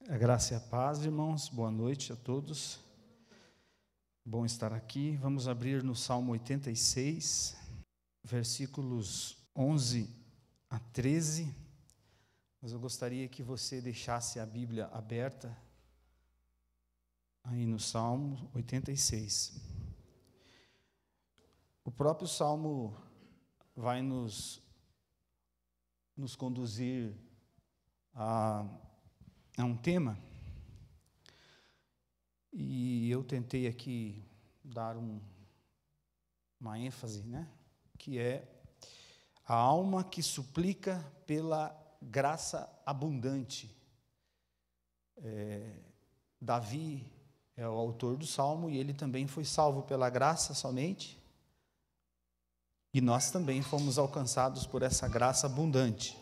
A graça e a paz, irmãos. Boa noite a todos. Bom estar aqui. Vamos abrir no Salmo 86, versículos 11 a 13. Mas eu gostaria que você deixasse a Bíblia aberta aí no Salmo 86. O próprio Salmo vai nos conduzir a um tema, e eu tentei aqui dar uma ênfase, que é a alma que suplica pela graça abundante. Davi é o autor do Salmo, e ele também foi salvo pela graça somente, e nós também fomos alcançados por essa graça abundante.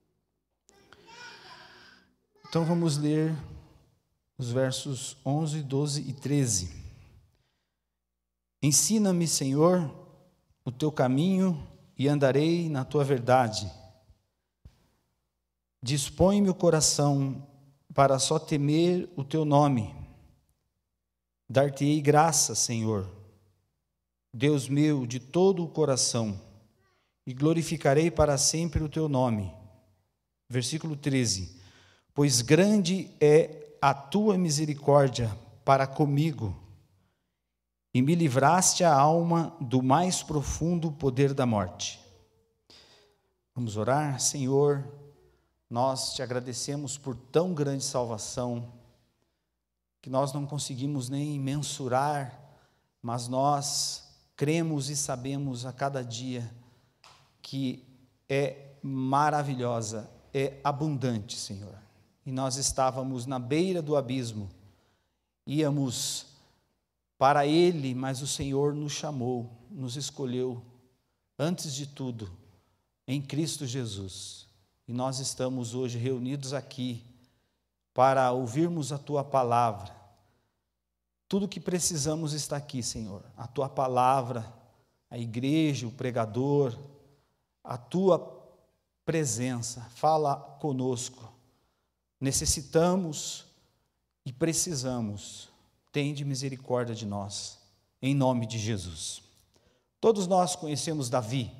Então vamos ler os versos 11, 12 e 13. Ensina-me, Senhor, o teu caminho e andarei na tua verdade. Dispõe-me o coração para só temer o teu nome. Dar-te-ei graça, Senhor, Deus meu, de todo o coração, e glorificarei para sempre o teu nome. Versículo 13. Pois grande é a tua misericórdia para comigo, e me livraste a alma do mais profundo poder da morte. Vamos orar. Senhor, nós te agradecemos por tão grande salvação, que nós não conseguimos nem mensurar, mas nós cremos e sabemos a cada dia que é maravilhosa, é abundante, Senhor. E nós estávamos na beira do abismo, íamos para Ele, mas o Senhor nos chamou, nos escolheu, antes de tudo, em Cristo Jesus. E nós estamos hoje reunidos aqui para ouvirmos a Tua palavra. Tudo o que precisamos está aqui, Senhor. A Tua palavra, a igreja, o pregador, a Tua presença. Fala conosco. Necessitamos e precisamos. Tende misericórdia de nós, em nome de Jesus. Todos nós conhecemos Davi,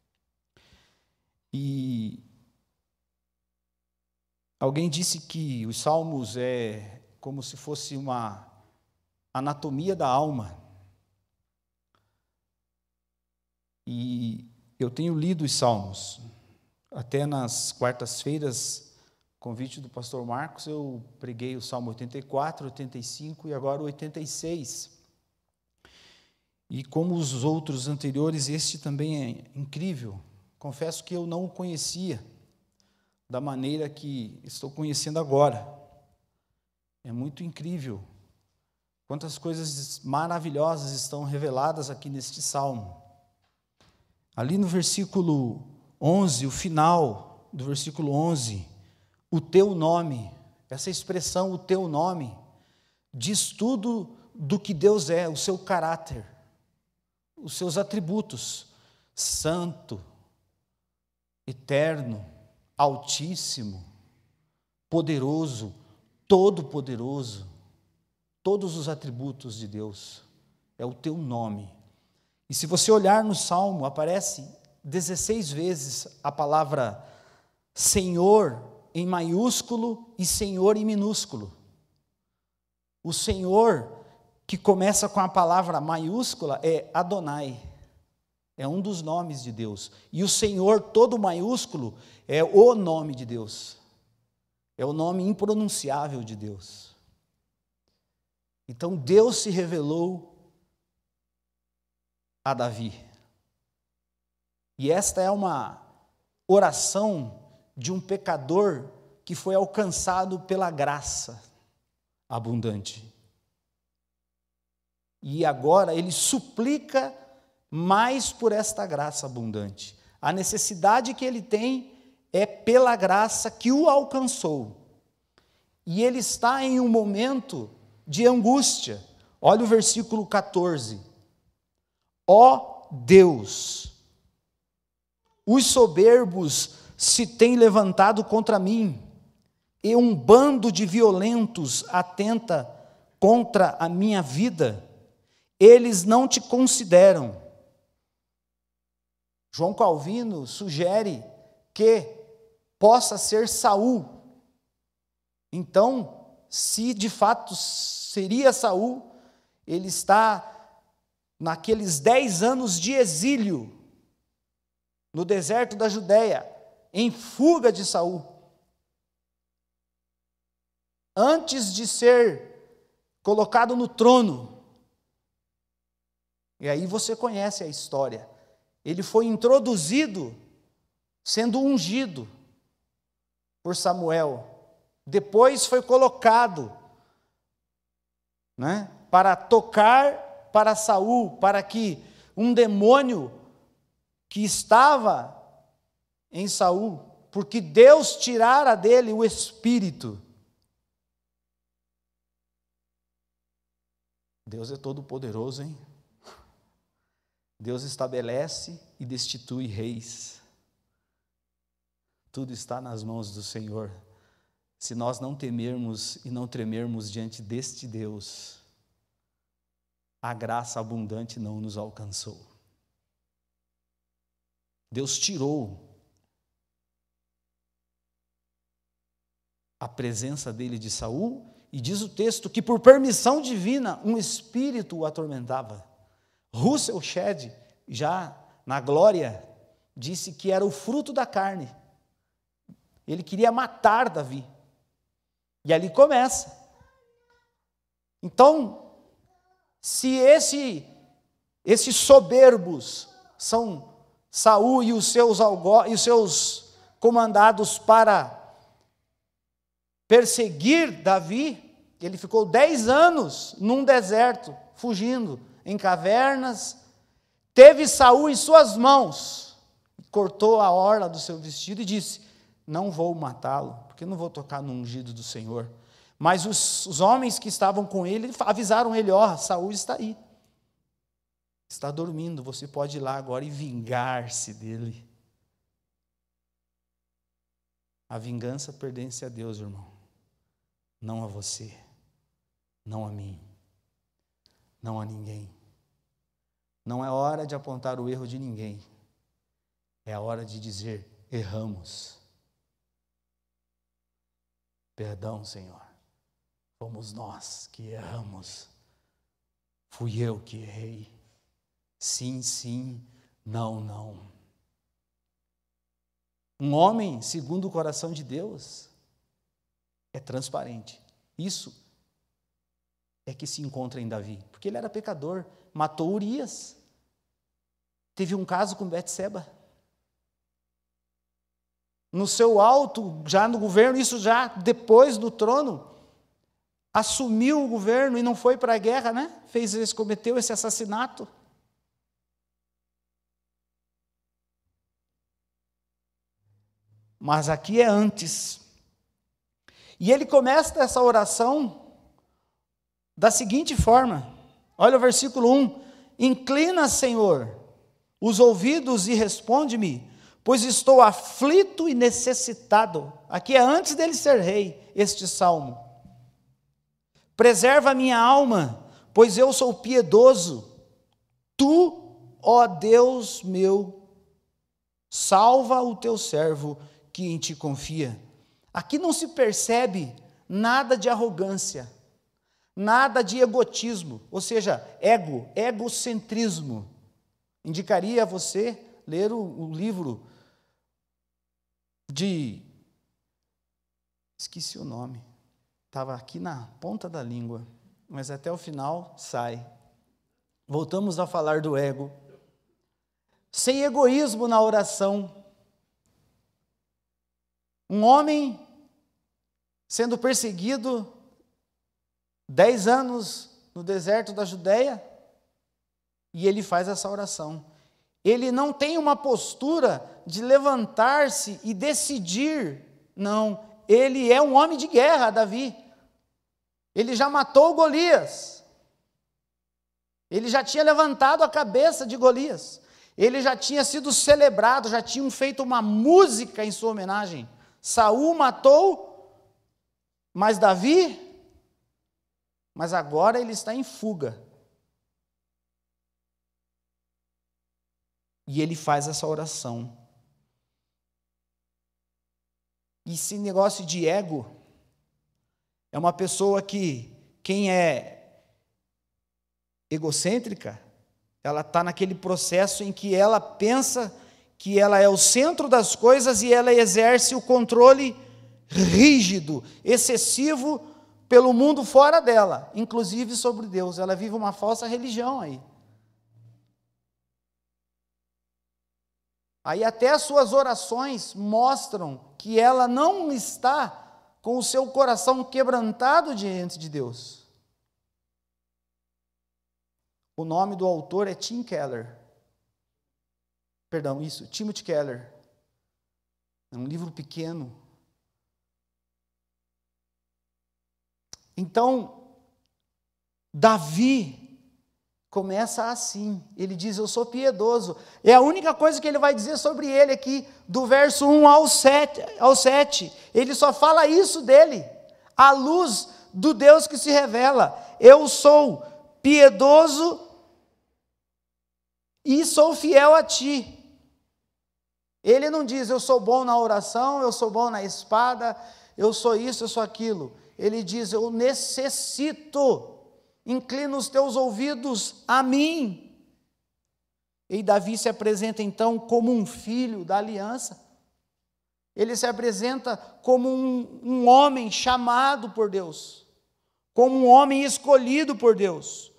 e alguém disse que os salmos é como se fosse uma anatomia da alma, e eu tenho lido os salmos, até nas quartas-feiras, convite do pastor Marcos, eu preguei o Salmo 84, 85 e agora o 86. E como os outros anteriores, este também é incrível. Confesso que eu não o conhecia da maneira que estou conhecendo agora. É muito incrível. Quantas coisas maravilhosas estão reveladas aqui neste Salmo. Ali no versículo 11, o final do versículo 11, o teu nome, essa expressão, o teu nome, diz tudo do que Deus é, o seu caráter, os seus atributos: santo, eterno, altíssimo, poderoso, todo-poderoso. Todos os atributos de Deus, é o teu nome. E se você olhar no Salmo, aparece 16 vezes a palavra Senhor em maiúsculo e Senhor em minúsculo. O Senhor, que começa com a palavra maiúscula, é Adonai. É um dos nomes de Deus. E o Senhor, todo maiúsculo, é o nome de Deus. É o nome impronunciável de Deus. Então Deus se revelou a Davi. E esta é uma oração de um pecador que foi alcançado pela graça abundante. E agora ele suplica mais por esta graça abundante. A necessidade que ele tem é pela graça que o alcançou. E ele está em um momento de angústia. Olha o versículo 14. Ó Deus, os soberbos se têm levantado contra mim, e um bando de violentos atenta contra a minha vida, eles não te consideram. João Calvino sugere que possa ser Saul. Então, se de fato seria Saul, ele está naqueles 10 anos de exílio no deserto da Judéia, em fuga de Saul. Antes de ser colocado no trono. E aí você conhece a história. Ele foi introduzido sendo ungido por Samuel. Depois foi colocado, né, para tocar para Saul, para que um demônio que estava em Saul, porque Deus tirara dele o espírito. Deus é todo poderoso, hein? Deus estabelece e destitui reis. Tudo está nas mãos do Senhor. Se nós não temermos e não tremermos diante deste Deus, a graça abundante não nos alcançou. Deus tirou a presença dele de Saul, e diz o texto que por permissão divina um espírito o atormentava. Russell Shedd, já na glória, disse que era o fruto da carne. Ele queria matar Davi. E ali começa. Então, se esses soberbos são Saul e os seus comandados para perseguir Davi, ele ficou 10 anos num deserto, fugindo em cavernas, teve Saul em suas mãos, cortou a orla do seu vestido e disse: não vou matá-lo, porque não vou tocar no ungido do Senhor. Mas os homens que estavam com ele avisaram ele: ó, Saul está aí, está dormindo, você pode ir lá agora e vingar-se dele. A vingança pertence a Deus, irmão, não a você, não a mim, não a ninguém. Não é hora de apontar o erro de ninguém, é a hora de dizer: erramos. Perdão, Senhor, fomos nós que erramos, fui eu que errei. Sim, sim, não, não. Um homem segundo o coração de Deus é transparente. Isso é que se encontra em Davi, porque ele era pecador, matou Urias, teve um caso com Betseba. No seu alto, já no governo, isso já depois do trono, assumiu o governo e não foi para a guerra, né? Cometeu esse assassinato. Mas aqui é antes. E ele começa essa oração da seguinte forma. Olha o versículo 1. Inclina, Senhor, os ouvidos e responde-me, pois estou aflito e necessitado. Aqui é antes dele ser rei, este salmo. Preserva a minha alma, pois eu sou piedoso. Tu, ó Deus meu, salva o teu servo que em ti confia. Aqui não se percebe nada de arrogância, nada de egotismo, ou seja, egocentrismo. Indicaria a você ler o livro esqueci o nome, estava aqui na ponta da língua, mas até o final sai. Voltamos a falar do ego. Sem egoísmo na oração. Um homem sendo perseguido 10 anos no deserto da Judéia, e ele faz essa oração. Ele não tem uma postura de levantar-se e decidir, não. Ele é um homem de guerra, Davi. Ele já matou Golias. Ele já tinha levantado a cabeça de Golias. Ele já tinha sido celebrado, já tinham feito uma música em sua homenagem. Saul matou Mas mas agora ele está em fuga. E ele faz essa oração. E esse negócio de ego é uma pessoa que, quem é egocêntrica, ela está naquele processo em que ela pensa que ela é o centro das coisas e ela exerce o controle rígido, excessivo pelo mundo fora dela, inclusive sobre Deus. Ela vive uma falsa religião aí. Aí até as suas orações mostram que ela não está com o seu coração quebrantado diante de Deus. O nome do autor é Timothy Keller. É um livro pequeno. Então, Davi começa assim, ele diz, eu sou piedoso. É a única coisa que ele vai dizer sobre ele aqui, do verso 1 ao 7. Ele só fala isso dele, à luz do Deus que se revela. Eu sou piedoso e sou fiel a ti. Ele não diz, eu sou bom na oração, eu sou bom na espada, eu sou isso, eu sou aquilo. Ele diz, eu necessito. Inclina os teus ouvidos a mim. E Davi se apresenta então como um filho da aliança. Ele se apresenta como um homem chamado por Deus, como um homem escolhido por Deus.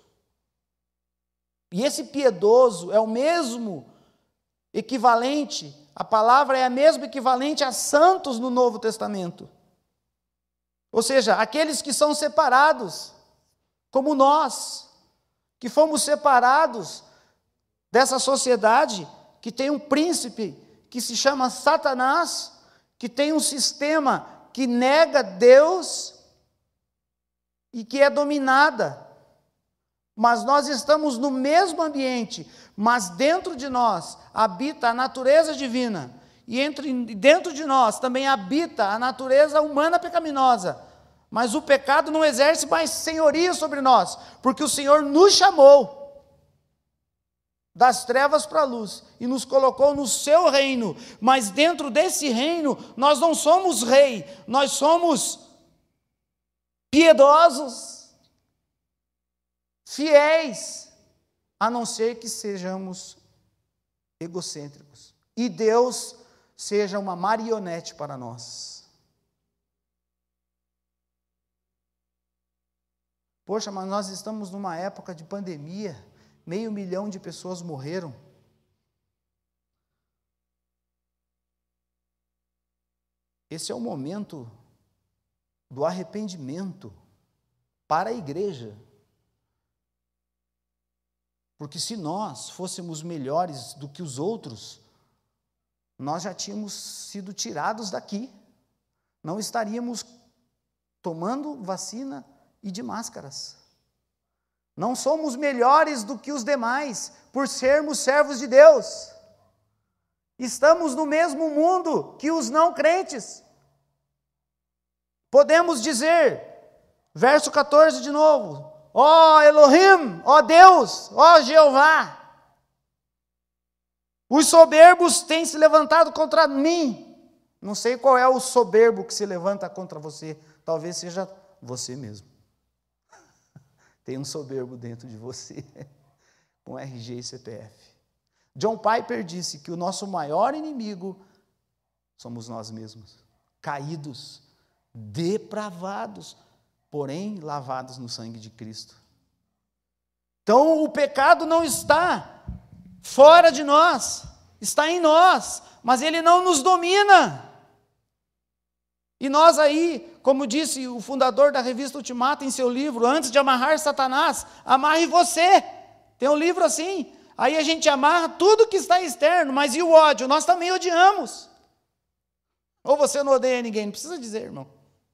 E esse piedoso é o mesmo equivalente, a palavra é a mesma equivalente a santos no Novo Testamento. Ou seja, aqueles que são separados, como nós, que fomos separados dessa sociedade, que tem um príncipe que se chama Satanás, que tem um sistema que nega Deus e que é dominada. Mas nós estamos no mesmo ambiente, mas dentro de nós habita a natureza divina, e dentro de nós também habita a natureza humana pecaminosa. Mas o pecado não exerce mais senhoria sobre nós, porque o Senhor nos chamou das trevas para a luz e nos colocou no seu reino. Mas dentro desse reino, nós não somos rei, nós somos piedosos, fiéis, a não ser que sejamos egocêntricos e Deus seja uma marionete para nós. Poxa, mas nós estamos numa época de pandemia, 500 mil de pessoas morreram. Esse é o momento do arrependimento para a igreja. Porque se nós fôssemos melhores do que os outros, nós já tínhamos sido tirados daqui. Não estaríamos tomando vacina e de máscaras. Não somos melhores do que os demais, por sermos servos de Deus. Estamos no mesmo mundo que os não crentes. Podemos dizer, verso 14 de novo, ó Elohim, ó Deus, ó Jeová, os soberbos têm se levantado contra mim. Não sei qual é o soberbo que se levanta contra você, talvez seja você mesmo. Tem um soberbo dentro de você, com RG e CPF. John Piper disse que o nosso maior inimigo somos nós mesmos, caídos, depravados, porém lavados no sangue de Cristo. Então o pecado não está fora de nós, está em nós, mas ele não nos domina. E nós aí, como disse o fundador da revista Ultimato em seu livro, antes de amarrar Satanás, amarre você. Tem um livro assim. Aí a gente amarra tudo que está externo, mas e o ódio? Nós também odiamos. Ou você não odeia ninguém, não precisa dizer, irmão.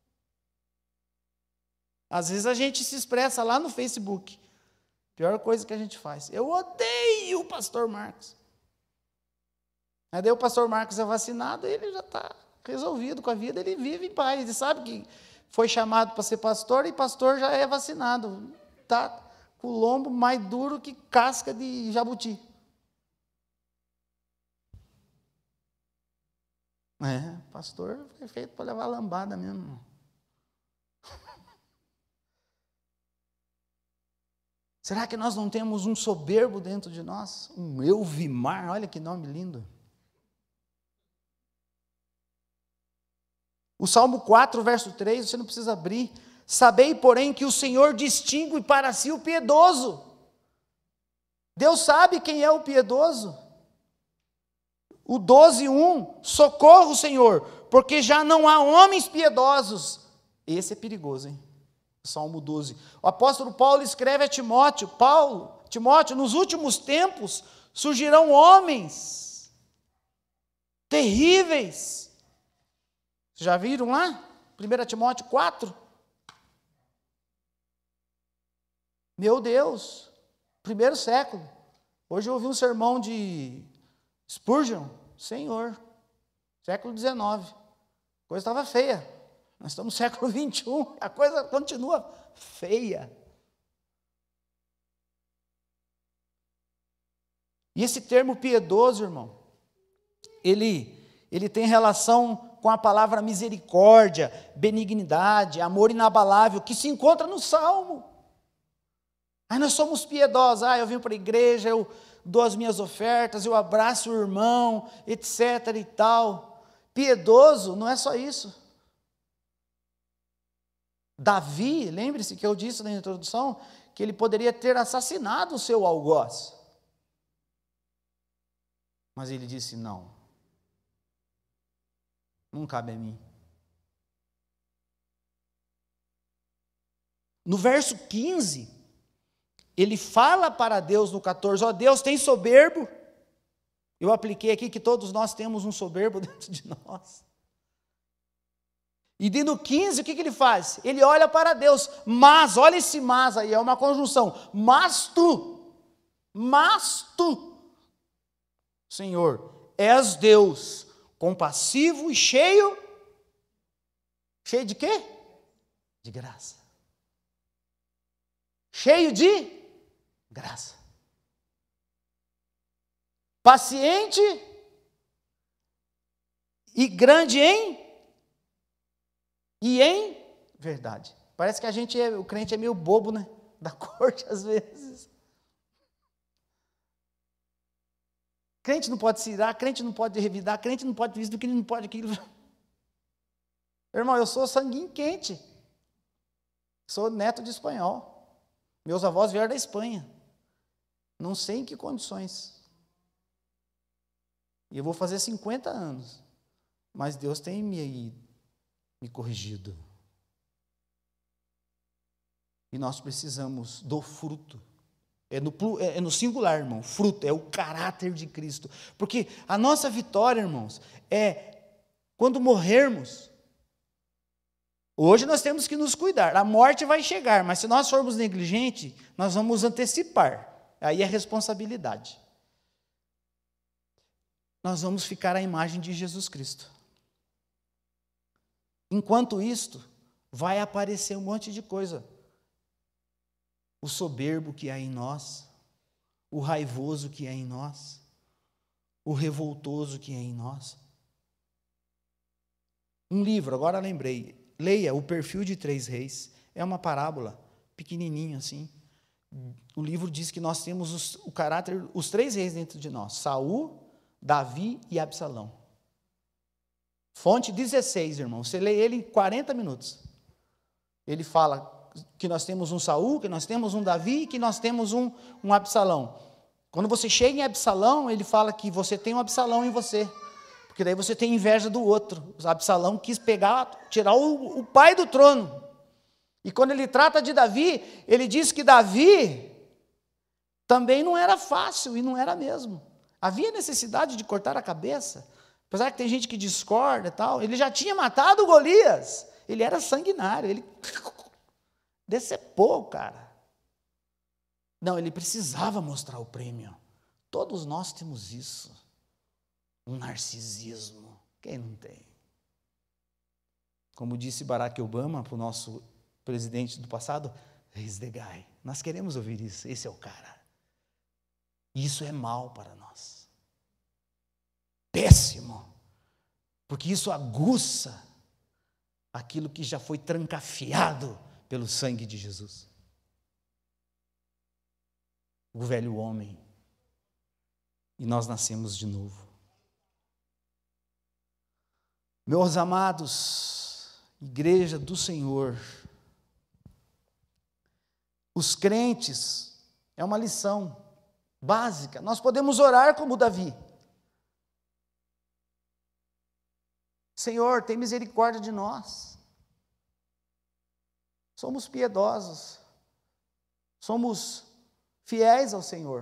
Às vezes a gente se expressa lá no Facebook. Pior coisa que a gente faz. Eu odeio o pastor Marcos. Aí daí o pastor Marcos é vacinado, ele já está resolvido com a vida, ele vive em paz. Ele sabe que foi chamado para ser pastor e pastor já é vacinado. Tá com o lombo mais duro que casca de jabuti. Pastor foi feito para levar lambada mesmo. Será que nós não temos um soberbo dentro de nós? Um Elvimar, olha que nome lindo. O Salmo 4, verso 3, você não precisa abrir. Sabei, porém, que o Senhor distingue para si o piedoso. Deus sabe quem é o piedoso. O 12:1, socorro, Senhor, porque já não há homens piedosos. Esse é perigoso, hein? Salmo 12. O apóstolo Paulo escreve a Timóteo, Timóteo, nos últimos tempos surgirão homens terríveis. Vocês já viram lá? 1 Timóteo 4. Meu Deus, primeiro século. Hoje eu ouvi um sermão de Spurgeon, Senhor, século XIX. A coisa estava feia. Nós estamos no século XXI, a coisa continua feia. E esse termo piedoso, irmão, ele tem relação com a palavra misericórdia, benignidade, amor inabalável, que se encontra no Salmo. Nós somos piedosos, eu vim para a igreja, eu dou as minhas ofertas, eu abraço o irmão, etc. e tal. Piedoso não é só isso. Davi, lembre-se que eu disse na introdução, que ele poderia ter assassinado o seu algoz. Mas ele disse, não cabe a mim. No verso 15, ele fala para Deus no 14, Deus, tem soberbo? Eu apliquei aqui que todos nós temos um soberbo dentro de nós. E no 15, o que ele faz? Ele olha para Deus, mas, olha esse mas aí, é uma conjunção, mas tu, Senhor, és Deus, compassivo e cheio de quê? De graça. Cheio de graça. Paciente e grande em verdade. Parece que o crente é meio bobo, né? Da corte às vezes. Crente não pode se irar, crente não pode revidar, crente não pode isso, crente não pode aquilo. Irmão, eu sou sanguinho quente. Sou neto de espanhol. Meus avós vieram da Espanha. Não sei em que condições. E eu vou fazer 50 anos. Mas Deus tem me corrigido. E nós precisamos do fruto. É no singular, irmão. Fruto, é o caráter de Cristo. Porque a nossa vitória, irmãos, é quando morrermos. Hoje nós temos que nos cuidar. A morte vai chegar, mas se nós formos negligentes, nós vamos antecipar. Aí é responsabilidade. Nós vamos ficar à imagem de Jesus Cristo. Enquanto isto, vai aparecer um monte de coisa. O soberbo que há em nós, o raivoso que há em nós, o revoltoso que há em nós. Um livro, agora lembrei, leia O Perfil de Três Reis, é uma parábola, pequenininho assim. O livro diz que nós temos o caráter, os três reis dentro de nós, Saul, Davi e Absalão. Fonte 16, irmão, você lê ele em 40 minutos. Ele fala que nós temos um Saul, que nós temos um Davi, que nós temos um Absalão. Quando você chega em Absalão, ele fala que você tem um Absalão em você, porque daí você tem inveja do outro. O Absalão quis tirar o pai do trono. E quando ele trata de Davi, ele diz que Davi também não era fácil, e não era mesmo. Havia necessidade de cortar a cabeça, apesar que tem gente que discorda e tal. Ele já tinha matado Golias, ele era sanguinário, ele decepou o cara. Não, ele precisava mostrar o prêmio. Todos nós temos isso. Um narcisismo. Quem não tem? Como disse Barack Obama para o nosso presidente do passado, he's the guy. Nós queremos ouvir isso, esse é o cara. Isso é mal para nós. Péssimo. Porque isso aguça aquilo que já foi trancafiado pelo sangue de Jesus. O velho homem. E nós nascemos de novo. Meus amados, igreja do Senhor, os crentes, é uma lição básica. Nós podemos orar como Davi. Senhor, tem misericórdia de nós. Somos piedosos. Somos fiéis ao Senhor.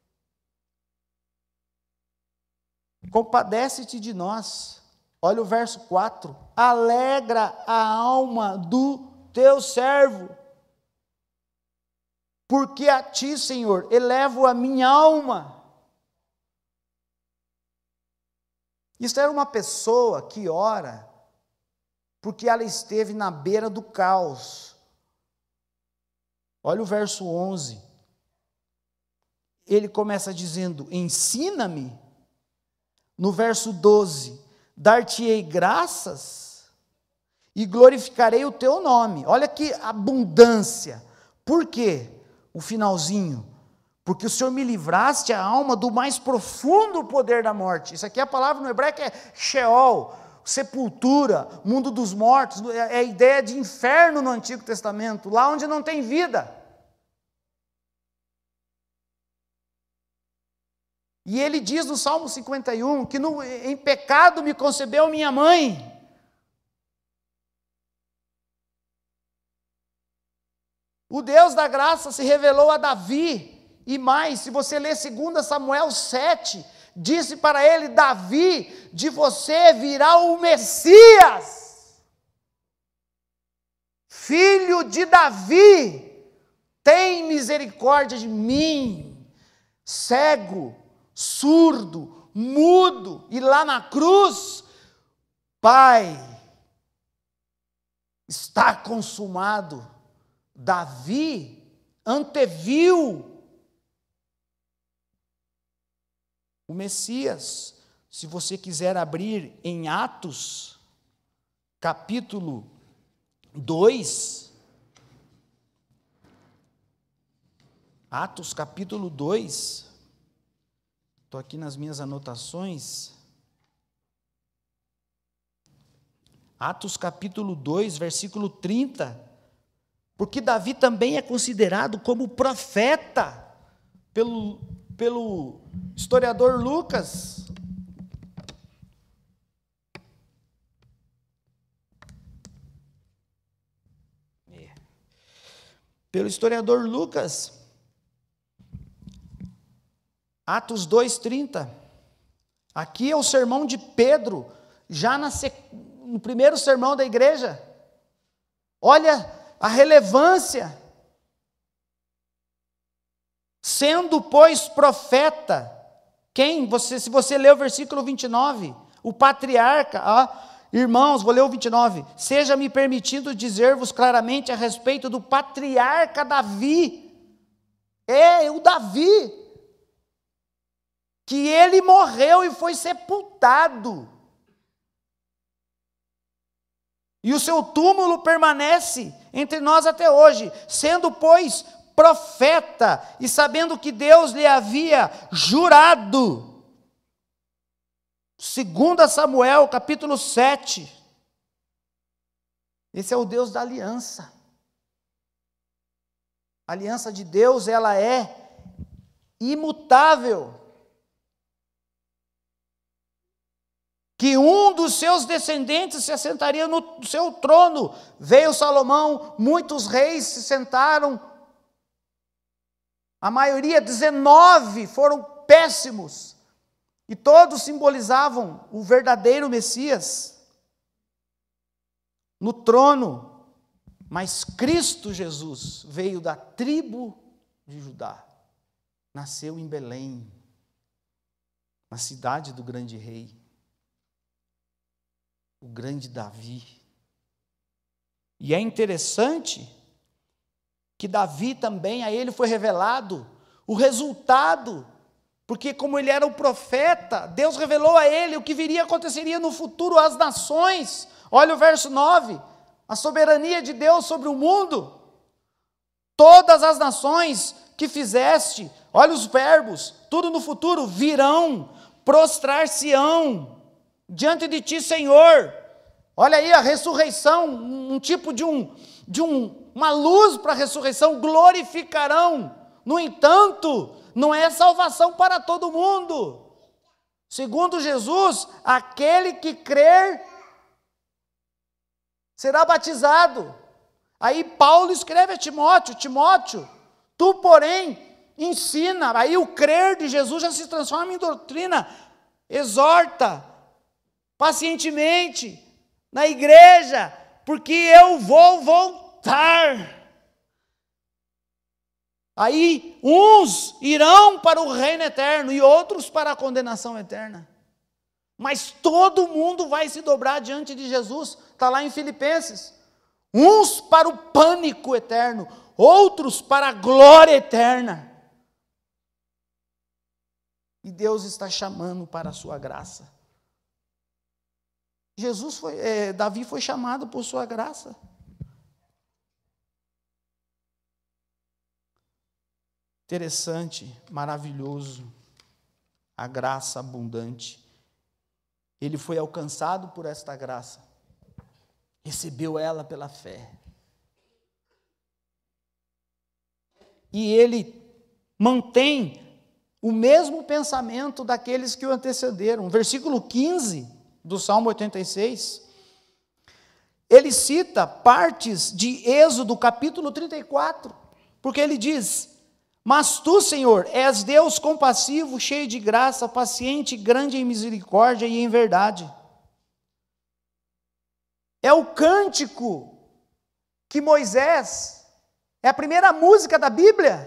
Compadece-te de nós. Olha o verso 4. Alegra a alma do teu servo. Porque a ti, Senhor, elevo a minha alma. Isso era uma pessoa que ora porque ela esteve na beira do caos. Olha o verso 11. Ele começa dizendo, ensina-me. No verso 12, dar-te-ei graças e glorificarei o teu nome. Olha que abundância. Por quê? O finalzinho. Porque o Senhor me livraste a alma do mais profundo poder da morte. Isso aqui é a palavra no hebraico, é Sheol, sepultura, mundo dos mortos. É a ideia de inferno no Antigo Testamento, lá onde não tem vida. E ele diz no Salmo 51, que em pecado me concebeu minha mãe. O Deus da graça se revelou a Davi, e mais, se você ler 2 Samuel 7, disse para ele, Davi, de você virá o Messias, filho de Davi, tem misericórdia de mim, cego, surdo, mudo, e lá na cruz, Pai, está consumado. Davi anteviu o Messias. Se você quiser abrir em Atos, capítulo 2, Atos capítulo 2, estou aqui nas minhas anotações, Atos capítulo 2, versículo 30, porque Davi também é considerado como profeta pelo historiador Lucas. Pelo historiador Lucas, Atos 2:30. Aqui é o sermão de Pedro, já no primeiro sermão da igreja. Olha a relevância. Sendo, pois, profeta, se você ler o versículo 29, o patriarca, irmãos, vou ler o 29, seja-me permitido dizer-vos claramente a respeito do patriarca Davi, o Davi, que ele morreu e foi sepultado, e o seu túmulo permanece entre nós até hoje, sendo, pois, profeta, e sabendo que Deus lhe havia jurado. 2 Samuel, capítulo 7. Esse é o Deus da aliança. A aliança de Deus, ela é imutável. Que um dos seus descendentes se assentaria no seu trono. Veio Salomão, muitos reis se sentaram. A maioria, 19, foram péssimos. E todos simbolizavam o verdadeiro Messias no trono. Mas Cristo Jesus veio da tribo de Judá. Nasceu em Belém, na cidade do grande rei. O grande Davi, E é interessante que Davi também, a ele foi revelado o resultado, porque como ele era o profeta, Deus revelou a ele o que aconteceria no futuro às nações. Olha o verso 9, a soberania de Deus sobre o mundo. Todas as nações que fizeste, olha os verbos, tudo no futuro, virão, prostrar-se-ão diante de ti, Senhor. Olha aí a ressurreição, um tipo de uma luz para a ressurreição, glorificarão. No entanto, não é salvação para todo mundo. Segundo Jesus, aquele que crer será batizado. Aí Paulo escreve a Timóteo, Timóteo, tu, porém, ensina. Aí o crer de Jesus já se transforma em doutrina. Exorta pacientemente na igreja, porque eu vou voltar. Aí uns irão para o reino eterno e outros para a condenação eterna. Mas todo mundo vai se dobrar diante de Jesus. Está lá em Filipenses. Uns para o pânico eterno, outros para a glória eterna. E Deus está chamando para a sua graça. Davi foi chamado por sua graça. Interessante, maravilhoso, a graça abundante. Ele foi alcançado por esta graça, recebeu ela pela fé. E ele mantém o mesmo pensamento daqueles que o antecederam. Versículo 15 do Salmo 86, ele cita partes de Êxodo, capítulo 34, porque ele diz: mas tu, Senhor, és Deus compassivo, cheio de graça, paciente, grande em misericórdia e em verdade. É o cântico que Moisés, é a primeira música da Bíblia,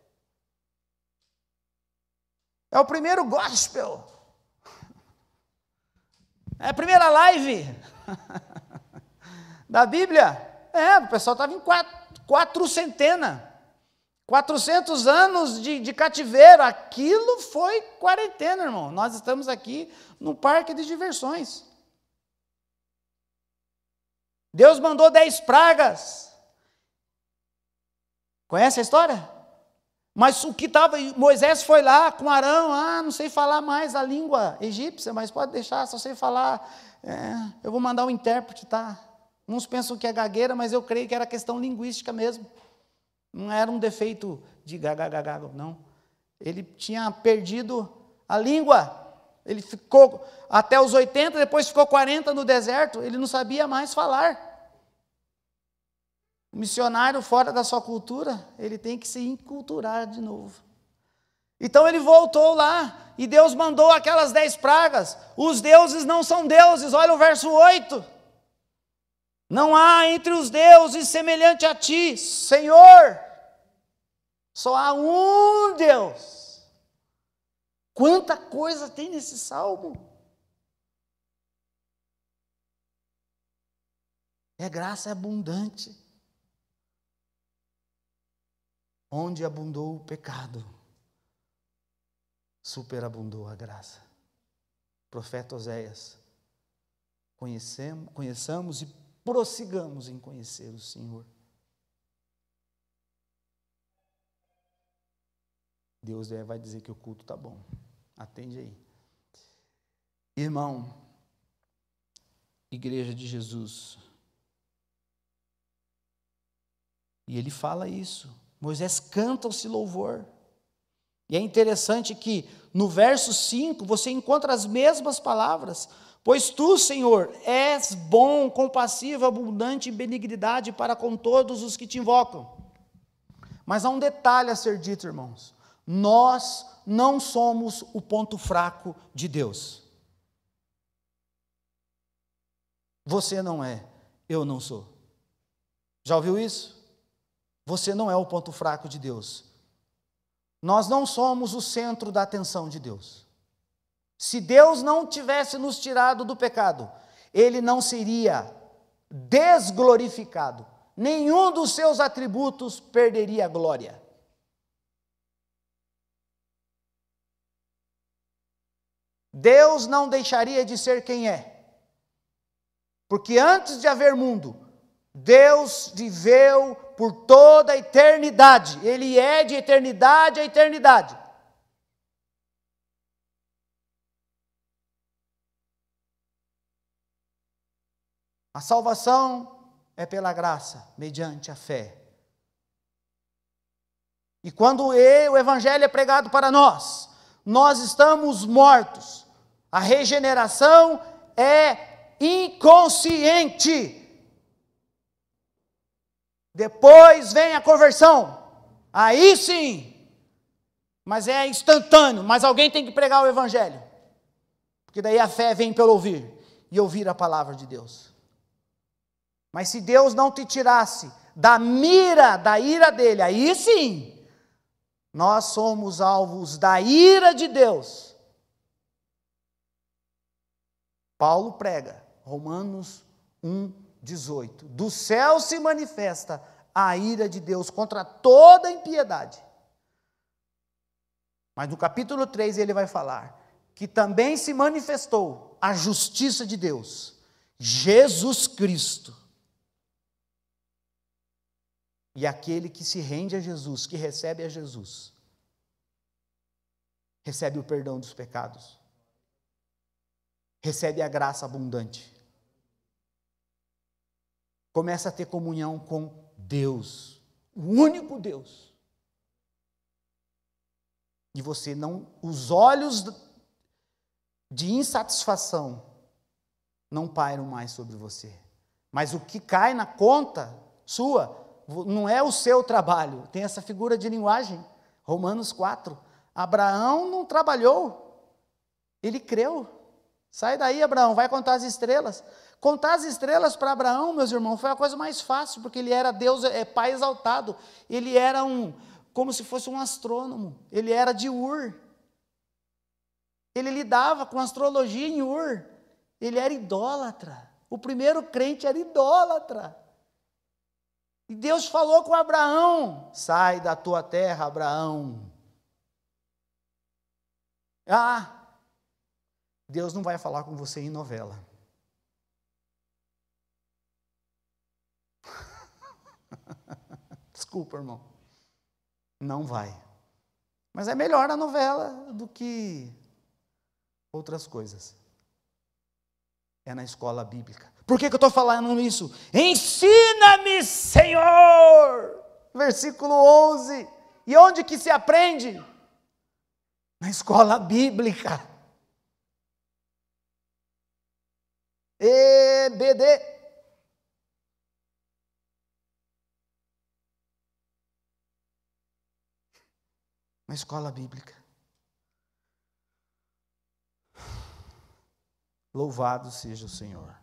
é o primeiro gospel, é a primeira live da Bíblia. O pessoal estava em 400 anos de cativeiro. Aquilo foi quarentena, irmão. Nós estamos aqui no parque de diversões. Deus mandou 10 pragas. Conhece a história? Mas o que estava, Moisés foi lá com Arão, não sei falar mais a língua egípcia, mas pode deixar, só sei falar, eu vou mandar um intérprete, tá? Uns pensam que é gagueira, mas eu creio que era questão linguística mesmo. Não era um defeito de gagagagago, não. Ele tinha perdido a língua. Ele ficou até os 80, depois ficou 40 no deserto, ele não sabia mais falar. O missionário fora da sua cultura, ele tem que se enculturar de novo. Então ele voltou lá, e Deus mandou aquelas 10 pragas. Os deuses não são deuses, olha o verso 8. Não há entre os deuses semelhante a ti, Senhor. Só há um Deus. Quanta coisa tem nesse salmo. Graça abundante. Onde abundou o pecado, superabundou a graça. Profeta Oséias, conheçamos e prossigamos em conhecer o Senhor. Deus vai dizer que o culto está bom. Atende aí. Irmão, Igreja de Jesus. E ele fala isso. Moisés canta-se louvor. E é interessante que no verso 5 você encontra as mesmas palavras. Pois tu, Senhor, és bom, compassivo, abundante em benignidade para com todos os que te invocam. Mas há um detalhe a ser dito, irmãos. Nós não somos o ponto fraco de Deus. Você não é, eu não sou. Já ouviu isso? Você não é o ponto fraco de Deus. Nós não somos o centro da atenção de Deus. Se Deus não tivesse nos tirado do pecado, Ele não seria desglorificado. Nenhum dos seus atributos perderia a glória. Deus não deixaria de ser quem é. Porque antes de haver mundo, Deus viveu por toda a eternidade. Ele é de eternidade a eternidade. A salvação é pela graça, mediante a fé. E quando o Evangelho é pregado para nós, nós estamos mortos. A regeneração é inconsciente. Depois vem a conversão. Aí sim. Mas é instantâneo. Mas alguém tem que pregar o Evangelho. Porque daí a fé vem pelo ouvir. E ouvir a palavra de Deus. Mas se Deus não te tirasse da mira, da ira dele, aí sim, nós somos alvos da ira de Deus. Paulo prega, Romanos 1:18. Do céu se manifesta a ira de Deus contra toda impiedade. Mas no capítulo 3 ele vai falar que também se manifestou a justiça de Deus, Jesus Cristo. E aquele que se rende a Jesus, que recebe a Jesus, recebe o perdão dos pecados, recebe a graça abundante, começa a ter comunhão com Deus, o único Deus. E você não, os olhos de insatisfação não pairam mais sobre você. Mas o que cai na conta sua não é o seu trabalho. Tem essa figura de linguagem, Romanos 4. Abraão não trabalhou, ele creu. Sai daí, Abraão, vai contar as estrelas. Contar as estrelas para Abraão, meus irmãos, foi a coisa mais fácil, porque ele era Deus, Pai exaltado. Ele era como se fosse um astrônomo. Ele era de Ur. Ele lidava com astrologia em Ur. Ele era idólatra. O primeiro crente era idólatra. E Deus falou com Abraão: sai da tua terra, Abraão. Deus não vai falar com você em novela. Desculpa, irmão. Não vai. Mas é melhor a novela do que outras coisas. É na escola bíblica. Por que eu estou falando isso? Ensina-me, Senhor! Versículo 11. E onde que se aprende? Na escola bíblica. EBD. Na escola bíblica. Louvado seja o Senhor.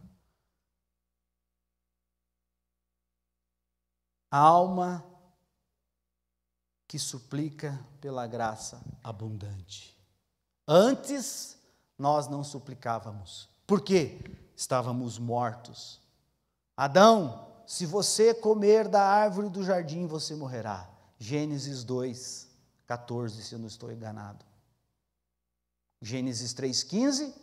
A alma que suplica pela graça abundante. Antes, nós não suplicávamos. Por quê? Estávamos mortos. Adão, se você comer da árvore do jardim, você morrerá. Gênesis 2:14, se eu não estou enganado. Gênesis 3:15,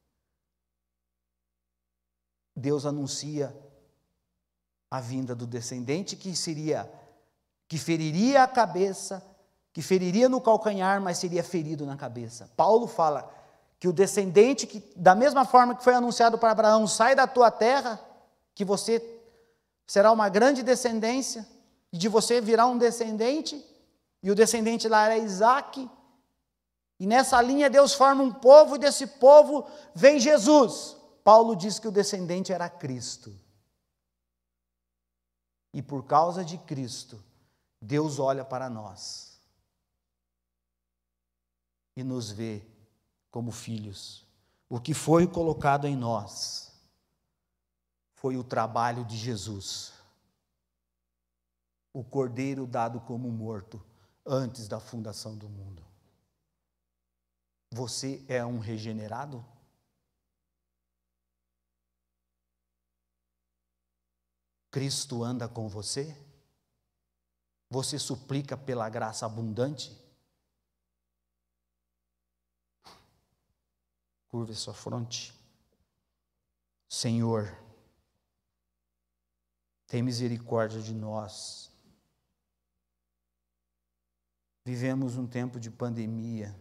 Deus anuncia a vinda do descendente que feriria a cabeça, que feriria no calcanhar, mas seria ferido na cabeça. Paulo fala que o descendente, que da mesma forma que foi anunciado para Abraão, sai da tua terra, que você será uma grande descendência, e de você virá um descendente, e o descendente lá era Isaque, e nessa linha Deus forma um povo, e desse povo vem Jesus. Paulo diz que o descendente era Cristo. E por causa de Cristo, Deus olha para nós e nos vê como filhos. O que foi colocado em nós foi o trabalho de Jesus, o cordeiro dado como morto antes da fundação do mundo. Você é um regenerado? Cristo anda com você? Você suplica pela graça abundante? Curve sua fronte. Senhor, tem misericórdia de nós. Vivemos um tempo de pandemia.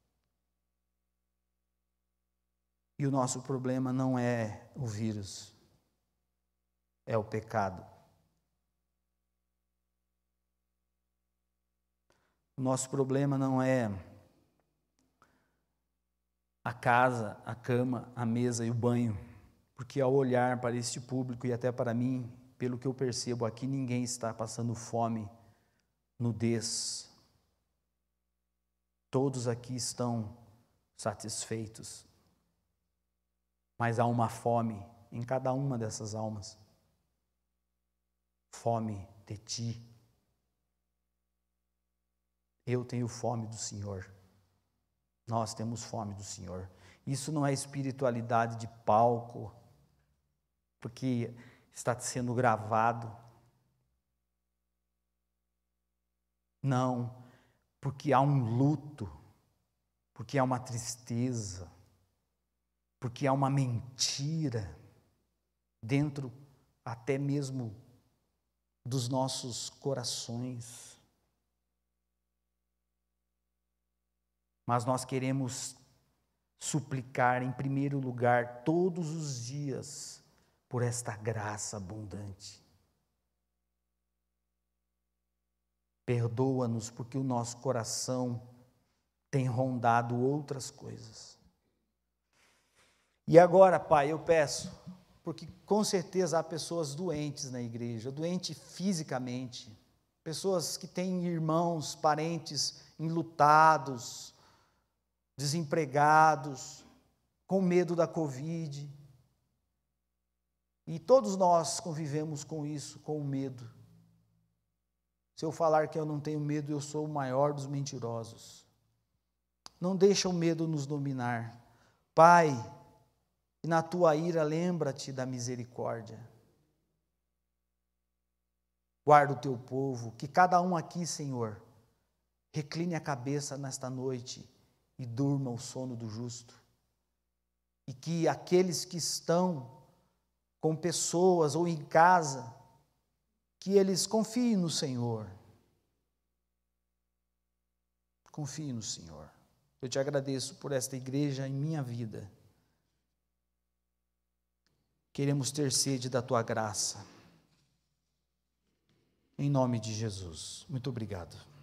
E o nosso problema não é o vírus, é o pecado. O nosso problema não é a casa, a cama, a mesa e o banho, porque ao olhar para este público e até para mim, pelo que eu percebo aqui, ninguém está passando fome, nudez. Todos aqui estão satisfeitos, mas há uma fome em cada uma dessas almas. Fome de ti. Eu tenho fome do Senhor. Nós temos fome do Senhor. Isso não é espiritualidade de palco, porque está sendo gravado. Não, porque há um luto, porque há uma tristeza, porque há uma mentira dentro até mesmo dos nossos corações. Mas nós queremos suplicar em primeiro lugar todos os dias por esta graça abundante. Perdoa-nos porque o nosso coração tem rondado outras coisas. E agora, Pai, eu peço, porque com certeza há pessoas doentes na igreja, doentes fisicamente, pessoas que têm irmãos, parentes enlutados, desempregados, com medo da Covid. E todos nós convivemos com isso, com o medo. Se eu falar que eu não tenho medo, eu sou o maior dos mentirosos. Não deixa o medo nos dominar. Pai, e na tua ira lembra-te da misericórdia. Guarda o teu povo, que cada um aqui, Senhor, recline a cabeça nesta noite e durma o sono do justo. E que aqueles que estão com pessoas ou em casa, que eles confiem no Senhor. Confie no Senhor. Eu te agradeço por esta igreja em minha vida. Queremos ter sede da tua graça. Em nome de Jesus. Muito obrigado.